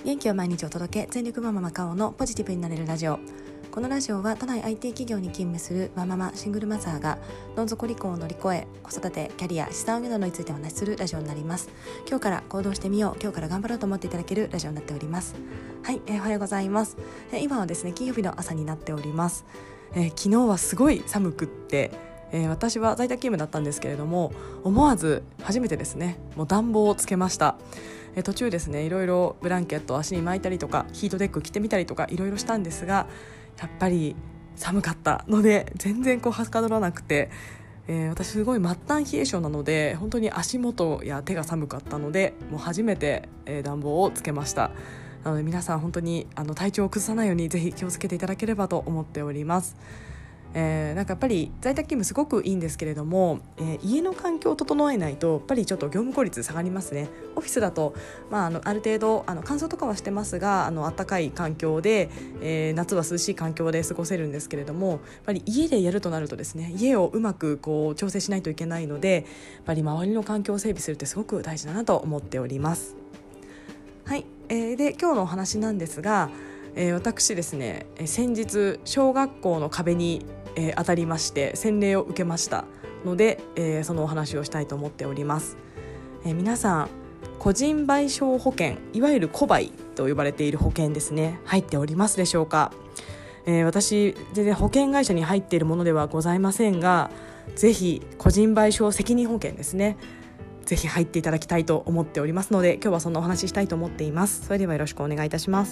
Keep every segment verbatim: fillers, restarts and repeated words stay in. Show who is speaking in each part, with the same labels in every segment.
Speaker 1: 元気を毎日お届け、全力マママカオのポジティブになれるラジオ。このラジオは都内 アイティー 企業に勤務するワンママシングルマザーがどん底離婚を乗り越え、子育て、キャリア、資産運用などについてお話しするラジオになります。今日から行動してみよう、今日から頑張ろうと思っていただけるラジオになっております。はい、えー、おはようございます。えー、今はですね金曜日の朝になっております。えー、昨日はすごい寒くって、えー、私は在宅勤務だったんですけれども、思わず初めてですねもう暖房をつけました。えー、途中ですねいろいろブランケットを足に巻いたりとかヒートテック着てみたりとかいろいろしたんですが、やっぱり寒かったので全然こうはかどらなくて、えー、私すごい末端冷え性なので本当に足元や手が寒かったので、もう初めて、えー、暖房をつけました。なので皆さん本当にあの体調を崩さないようにぜひ気をつけていただければと思っております。えー、なんかやっぱり在宅勤務すごくいいんですけれども、えー、家の環境を整えないとやっぱりちょっと業務効率下がりますね。オフィスだと、まあ、あのある程度あの乾燥とかはしてますが、あの暖かい環境で、えー、夏は涼しい環境で過ごせるんですけれども、やっぱり家でやるとなるとですね家をうまくこう調整しないといけないので、やっぱり周りの環境を整備するってすごく大事だなと思っております。はい、えー、で今日のお話なんですが、えー、私ですね先日小学校の壁にえー、当たりまして洗礼を受けましたので、えー、そのお話をしたいと思っております。えー、皆さん個人賠償保険、いわゆる個賠と呼ばれている保険ですね、入っておりますでしょうか。えー、私全然保険会社に入っているものではございませんが、ぜひ個人賠償責任保険ですね、ぜひ入っていただきたいと思っておりますので、今日はそんなお話ししたいと思っています。それではよろしくお願いいたします。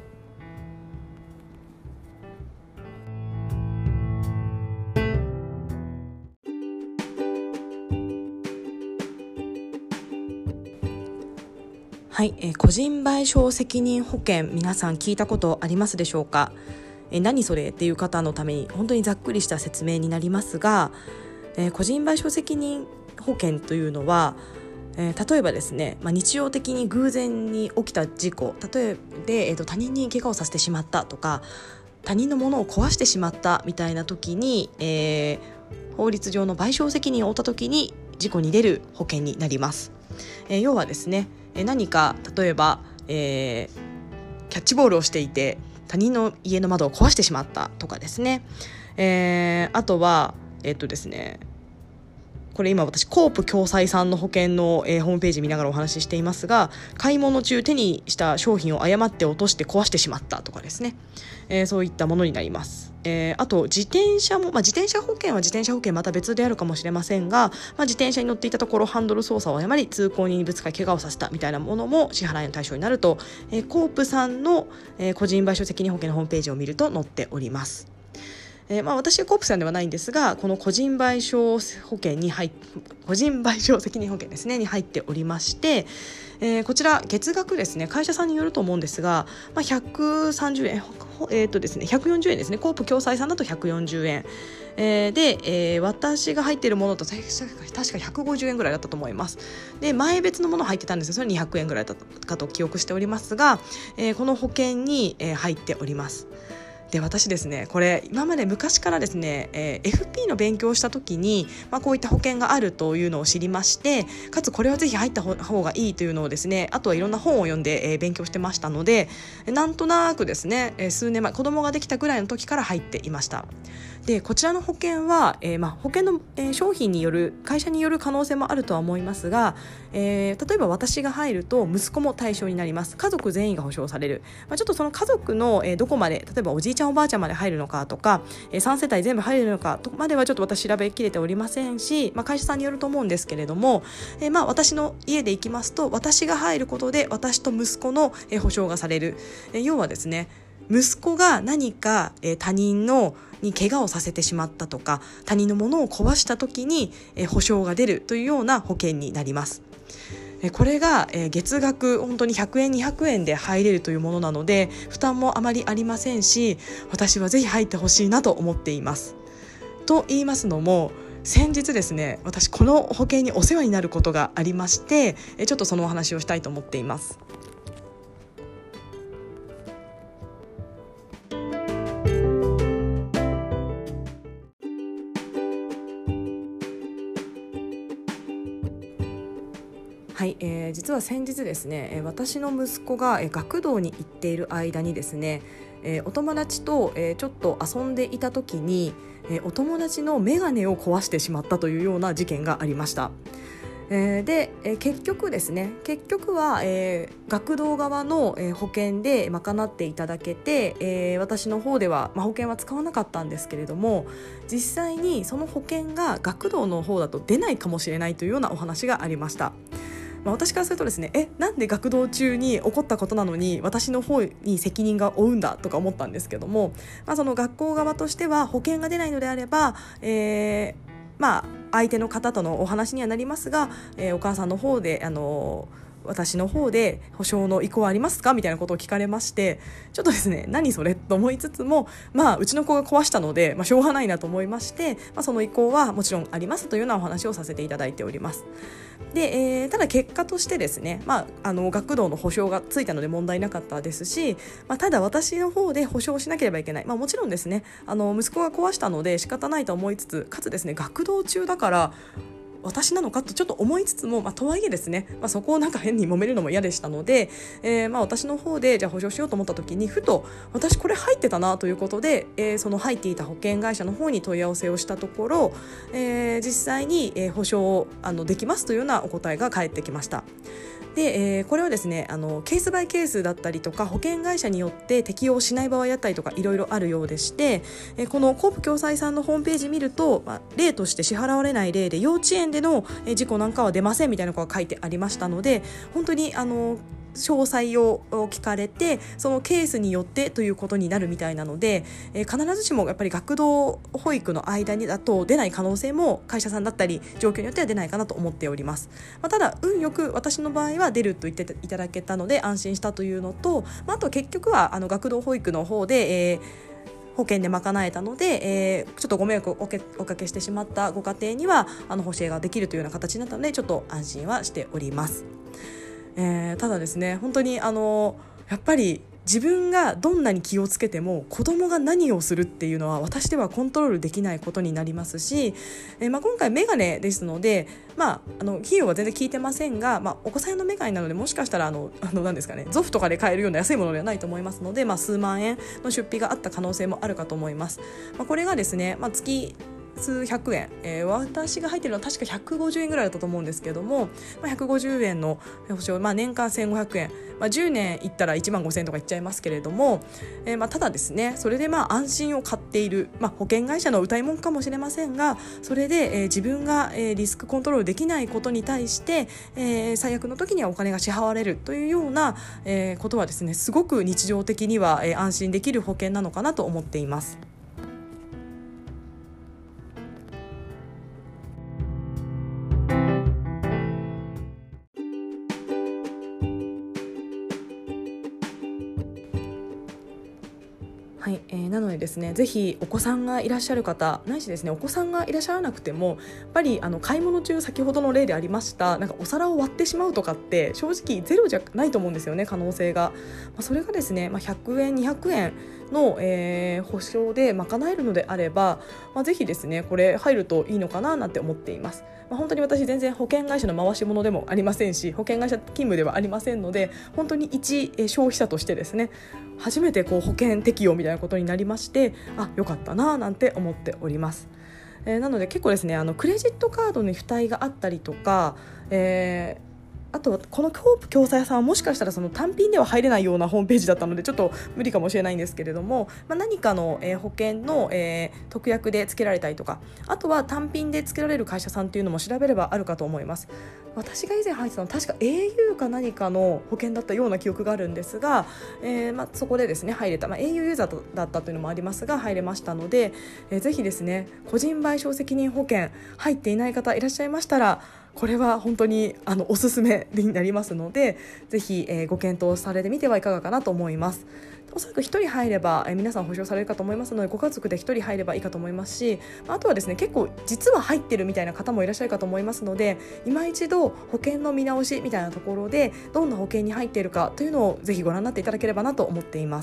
Speaker 1: はい、えー、個人賠償責任保険、皆さん聞いたことありますでしょうか。えー、何それっていう方のために本当にざっくりした説明になりますが、えー、個人賠償責任保険というのは、えー、例えばですね、まあ、日常的に偶然に起きた事故、例えばで、えーと、他人に怪我をさせてしまったとか、他人のものを壊してしまったみたいな時に、えー、法律上の賠償責任を負った時に事故に出る保険になります。えー、要はですね、何か例えば、えー、キャッチボールをしていて他人の家の窓を壊してしまったとかですね、えー、あとはえー、っとですねこれ今私コープ共済さんの保険の、えー、ホームページ見ながらお話ししていますが、買い物中手にした商品を誤って落として壊してしまったとかですね、えー、そういったものになります。えー、あと自転車も、まあ、自転車保険は自転車保険また別であるかもしれませんが、まあ、自転車に乗っていたところハンドル操作を誤り通行人にぶつかり怪我をさせたみたいなものも支払いの対象になると、えー、コープさんの、えー、個人賠償責任保険のホームページを見ると載っております。えーまあ、私はコープさんではないんですが、この個人賠償保険に入個人賠償責任保険ですねに入っておりまして、えー、こちら月額ですね、会社さんによると思うんですが、まあ、ひゃくさんじゅうえん、えーとですね、ひゃくよんじゅうえんですね。コープ共済さんだとひゃくよんじゅうえん、えー、で、えー、私が入っているものと確かひゃくごじゅうえんぐらいだったと思います。で、前別のもの入ってたんですが、それにひゃくえんぐらいだったかと記憶しておりますが、えー、この保険に、えー、入っております。で、私ですねこれ今まで昔からですね、えー、エフピー の勉強をした時に、まあ、こういった保険があるというのを知りまして、かつこれはぜひ入った方がいいというのをですね、あとはいろんな本を読んで、えー、勉強してましたので、なんとなくですね、えー、数年前子供ができたぐらいの時から入っていました。で、こちらの保険は、えーまあ、保険の、えー、商品による会社による可能性もあるとは思いますが、えー、例えば私が入ると息子も対象になります。家族全員が保証される、まあ、ちょっとその家族の、えー、どこまで、例えばおじいちゃんおばあちゃんまで入るのかとか、えー、さん世帯全部入るのかとまではちょっと私調べきれておりませんし、まあ、会社さんによると思うんですけれども、えーまあ、私の家で行きますと私が入ることで私と息子の、えー、保証がされる、えー、要はですね、息子が何か、えー、他人のに怪我をさせてしまったとか他人のものを壊した時に、えー、保証が出るというような保険になります。これが月額本当にひゃくえんにひゃくえんで入れるというものなので負担もあまりありませんし、私はぜひ入ってほしいなと思っています。と言いますのも、先日ですね私この保険にお世話になることがありまして、ちょっとそのお話をしたいと思っています。 はい、えー、実は先日ですね、えー私の息子が、えー学童に行っている間にですね、えーお友達と、えーちょっと遊んでいた時に、えーお友達の眼鏡を壊してしまったというような事件がありました。えーで、えー結局ですね結局は、えー学童側の、えー保険で賄っていただけて、えー私の方では、まあ、保険は使わなかったんですけれども、実際にその保険が学童の方だと出ないかもしれないというようなお話がありました。まあ、私からするとですね、えなんで学童中に起こったことなのに私の方に責任が負うんだとか思ったんですけども、まあ、その学校側としては保険が出ないのであれば、えーまあ、相手の方とのお話にはなりますが、えーお母さんの方であの私の方で保証の意向はありますかみたいなことを聞かれまして、ちょっとですね何それと思いつつも、まあ、うちの子が壊したので、まあ、しょうがないなと思いまして、まあ、その意向はもちろんありますというようなお話をさせていただいております。で、えーただ結果としてですね、まあ、あの学童の保証がついたので問題なかったですし、まあ、ただ私の方で保証しなければいけない、まあ、もちろんですねあの息子が壊したので仕方ないと思いつつ、かつですね学童中だから私なのかとちょっと思いつつも、まあ、とはいえですね、まあ、そこをなんか変に揉めるのも嫌でしたので、えーまあ、私の方でじゃあ保証しようと思った時にふと私これ入ってたなということで、えーその入っていた保険会社の方に問い合わせをしたところ、えー実際に、えー保証をあのできますというようなお答えが返ってきました。で、えーこれはですねあのケースバイケースだったりとか保険会社によって適用しない場合だったりとかいろいろあるようでして、えーこのコープ共済さんのホームページ見ると、まあ、例として支払われない例で幼稚園でのえー事故なんかは出ませんみたいなことが書いてありましたので、本当にあの詳細を聞かれてそのケースによってということになるみたいなので、えー必ずしもやっぱり学童保育の間にだと出ない可能性も会社さんだったり状況によっては出ないかなと思っております。まあ、ただ運よく私の場合は出ると言っていただけたので安心したというのと、まあ、あと結局はあの学童保育の方で、えー保険で賄えたので、えー、ちょっとご迷惑をおけおかけしてしまったご家庭にはあの補正ができるというような形になったのでちょっと安心はしております。えー、ただですね本当にあのやっぱり自分がどんなに気をつけても子供が何をするっていうのは私ではコントロールできないことになりますし、えーまあ、今回メガネですので、まあ、あの費用は全然聞いてませんが、まあ、お子さんのメガネなのでもしかしたらあのあの何ですかねゾフとかで買えるような安いものではないと思いますので、まあ、数万円の出費があった可能性もあるかと思います。まあ、これがですね、まあ、月数百円、えー、私が入っているのは確かひゃくごじゅうえんぐらいだったと思うんですけども、まあ、ひゃくごじゅうえんの保証、まあ、年間せんごひゃくえん、まあ、じゅうねんいったらいちまんごせんえんとかいっちゃいますけれども、えーまあ、ただですねそれでまあ安心を買っている、まあ、保険会社の謳いもんかもしれませんが、それで、えー自分が、えーリスクコントロールできないことに対して、えー最悪の時にはお金が支払われるというような、えーことはですねすごく日常的には、えー安心できる保険なのかなと思っています。はい、えーなのでですねぜひお子さんがいらっしゃる方ないしですねお子さんがいらっしゃらなくてもやっぱりあの買い物中先ほどの例でありましたなんかお皿を割ってしまうとかって正直ゼロじゃないと思うんですよね可能性が、まあ、それがですね、まあ、ひゃくえんにひゃくえんの、えー保証で賄えるのであれば、まあ、ぜひですねこれ入るといいのかななんて思っています。まあ、本当に私全然保険会社の回し物でもありませんし保険会社勤務ではありませんので本当に一えー消費者としてですね初めてこう保険適用みたいなことになりましてあよかったななんて思っております。えーなので結構ですねあのクレジットカードに付帯があったりとか、えーあとはこのコープ共済さんはもしかしたらその単品では入れないようなホームページだったのでちょっと無理かもしれないんですけれども、まあ、何かの、えー保険の、えー特約で付けられたりとかあとは単品で付けられる会社さんっていうのも調べればあるかと思います。私が以前入ってたのは確か エーユー か何かの保険だったような記憶があるんですが、えーまあ、そこでですね入れた、まあ、エーユー ユーザーだったというのもありますが入れましたので、えー、ぜひですね個人賠償責任保険入っていない方いらっしゃいましたらこれは本当にあのおすすめになりますのでぜひ、えーご検討されてみてはいかがかなと思います。おそらくひとり入れば、えー皆さん保証されるかと思いますのでご家族でひとり入ればいいかと思いますしあとはですね結構実は入ってるみたいな方もいらっしゃるかと思いますので今一度保険の見直しみたいなところでどんな保険に入っているかというのをぜひご覧になっていただければなと思っています。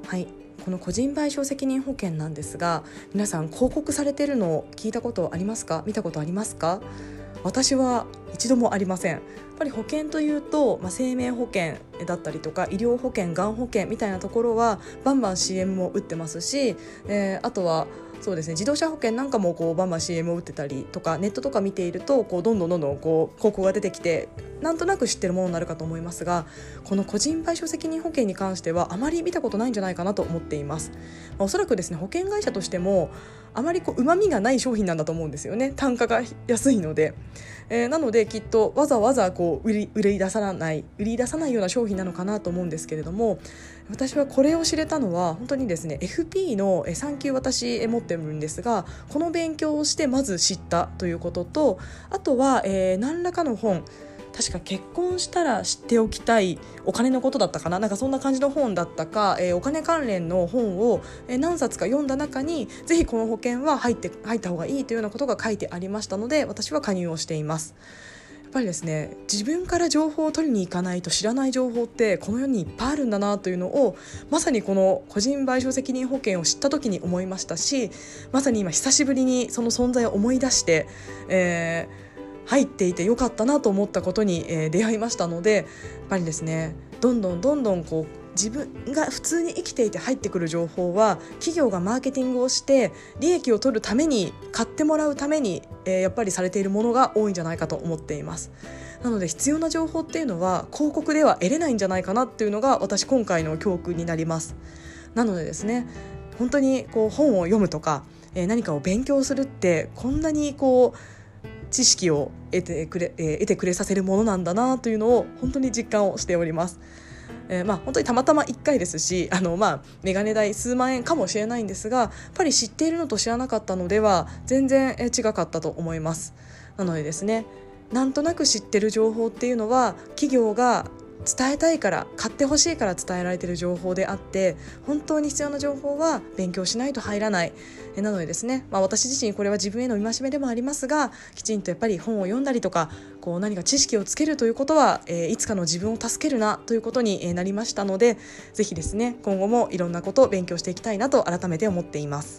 Speaker 1: はい、この個人賠償責任保険なんですが、皆さん広告されているのを聞いたことありますか？見たことありますか？私は一度もありません。やっぱり保険というと、まあ、生命保険だったりとか医療保険、がん保険みたいなところはバンバン シーエム も打ってますし、えー、あとはそうですね、自動車保険なんかもこうバンバン シーエム を打ってたりとか、ネットとか見ているとこうどんどんどんどんこう広告が出てきて、なんとなく知ってるものになるかと思いますが、この個人賠償責任保険に関してはあまり見たことないんじゃないかなと思っています。まあ、おそらくですね、保険会社としてもあまりこう旨味がない商品なんだと思うんですよね。単価が安いので、えー、なのできっとわざわざこう売り、売り出さない売り出さないような商品なのかなと思うんですけれども、私はこれを知れたのは本当にですね、 エフピー のさん級私持ってるんですが、この勉強をしてまず知ったということと、あとは、えー、何らかの本、確か結婚したら知っておきたいお金のことだったかな、なんかそんな感じの本だったか、えー、お金関連の本を何冊か読んだ中に、ぜひこの保険は入って入った方がいいというようなことが書いてありましたので、私は加入をしています。やっぱりですね、自分から情報を取りに行かないと知らない情報ってこの世にいっぱいあるんだなというのを、まさにこの個人賠償責任保険を知った時に思いましたし、まさに今久しぶりにその存在を思い出して、えー入っていてよかったなと思ったことに、えー、出会いましたので、やっぱりですね、どんどんどんどんこう自分が普通に生きていて入ってくる情報は、企業がマーケティングをして利益を取るために、買ってもらうために、えー、やっぱりされているものが多いんじゃないかと思っています。なので必要な情報っていうのは広告では得れないんじゃないかなっていうのが私今回の教訓になります。なのでですね、本当にこう本を読むとか、えー、何かを勉強するってこんなにこう知識を得てくれ、えー、得てくれさせるものなんだなというのを本当に実感をしております。えーまあ、本当にたまたまいっかいですし、あの、まあ、メガネ代数万円かもしれないんですが、やっぱり知っているのと知らなかったのでは全然違かったと思います。なのでですね、なんとなく知ってる情報っていうのは企業が伝えたいから、買ってほしいから伝えられている情報であって、本当に必要な情報は勉強しないと入らない。えなのでですね、まあ、私自身これは自分への戒めでもありますが、きちんとやっぱり本を読んだりとか、こう何か知識をつけるということは、えー、いつかの自分を助けるなということになりましたので、ぜひですね、今後もいろんなことを勉強していきたいなと改めて思っています。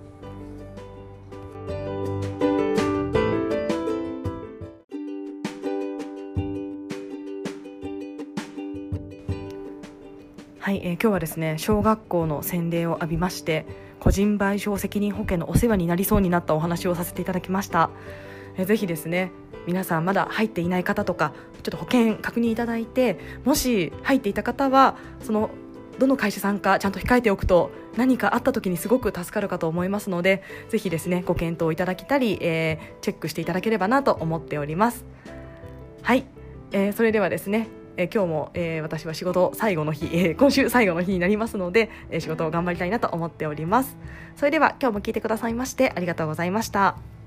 Speaker 1: はい、えー、今日はですね、小学校の洗礼を浴びまして、個人賠償責任保険のお世話になりそうになったお話をさせていただきました。えー、ぜひですね、皆さんまだ入っていない方とか、ちょっと保険確認いただいて、もし入っていた方はそのどの会社さんかちゃんと控えておくと、何かあった時にすごく助かるかと思いますので、ぜひですね、ご検討いただけたり、えー、チェックしていただければなと思っております。はい、えー、それではですね、えー、今日も、えー、私は仕事最後の日、えー、今週最後の日になりますので、えー、仕事を頑張りたいなと思っております。それでは今日も聞いてくださいましてありがとうございました。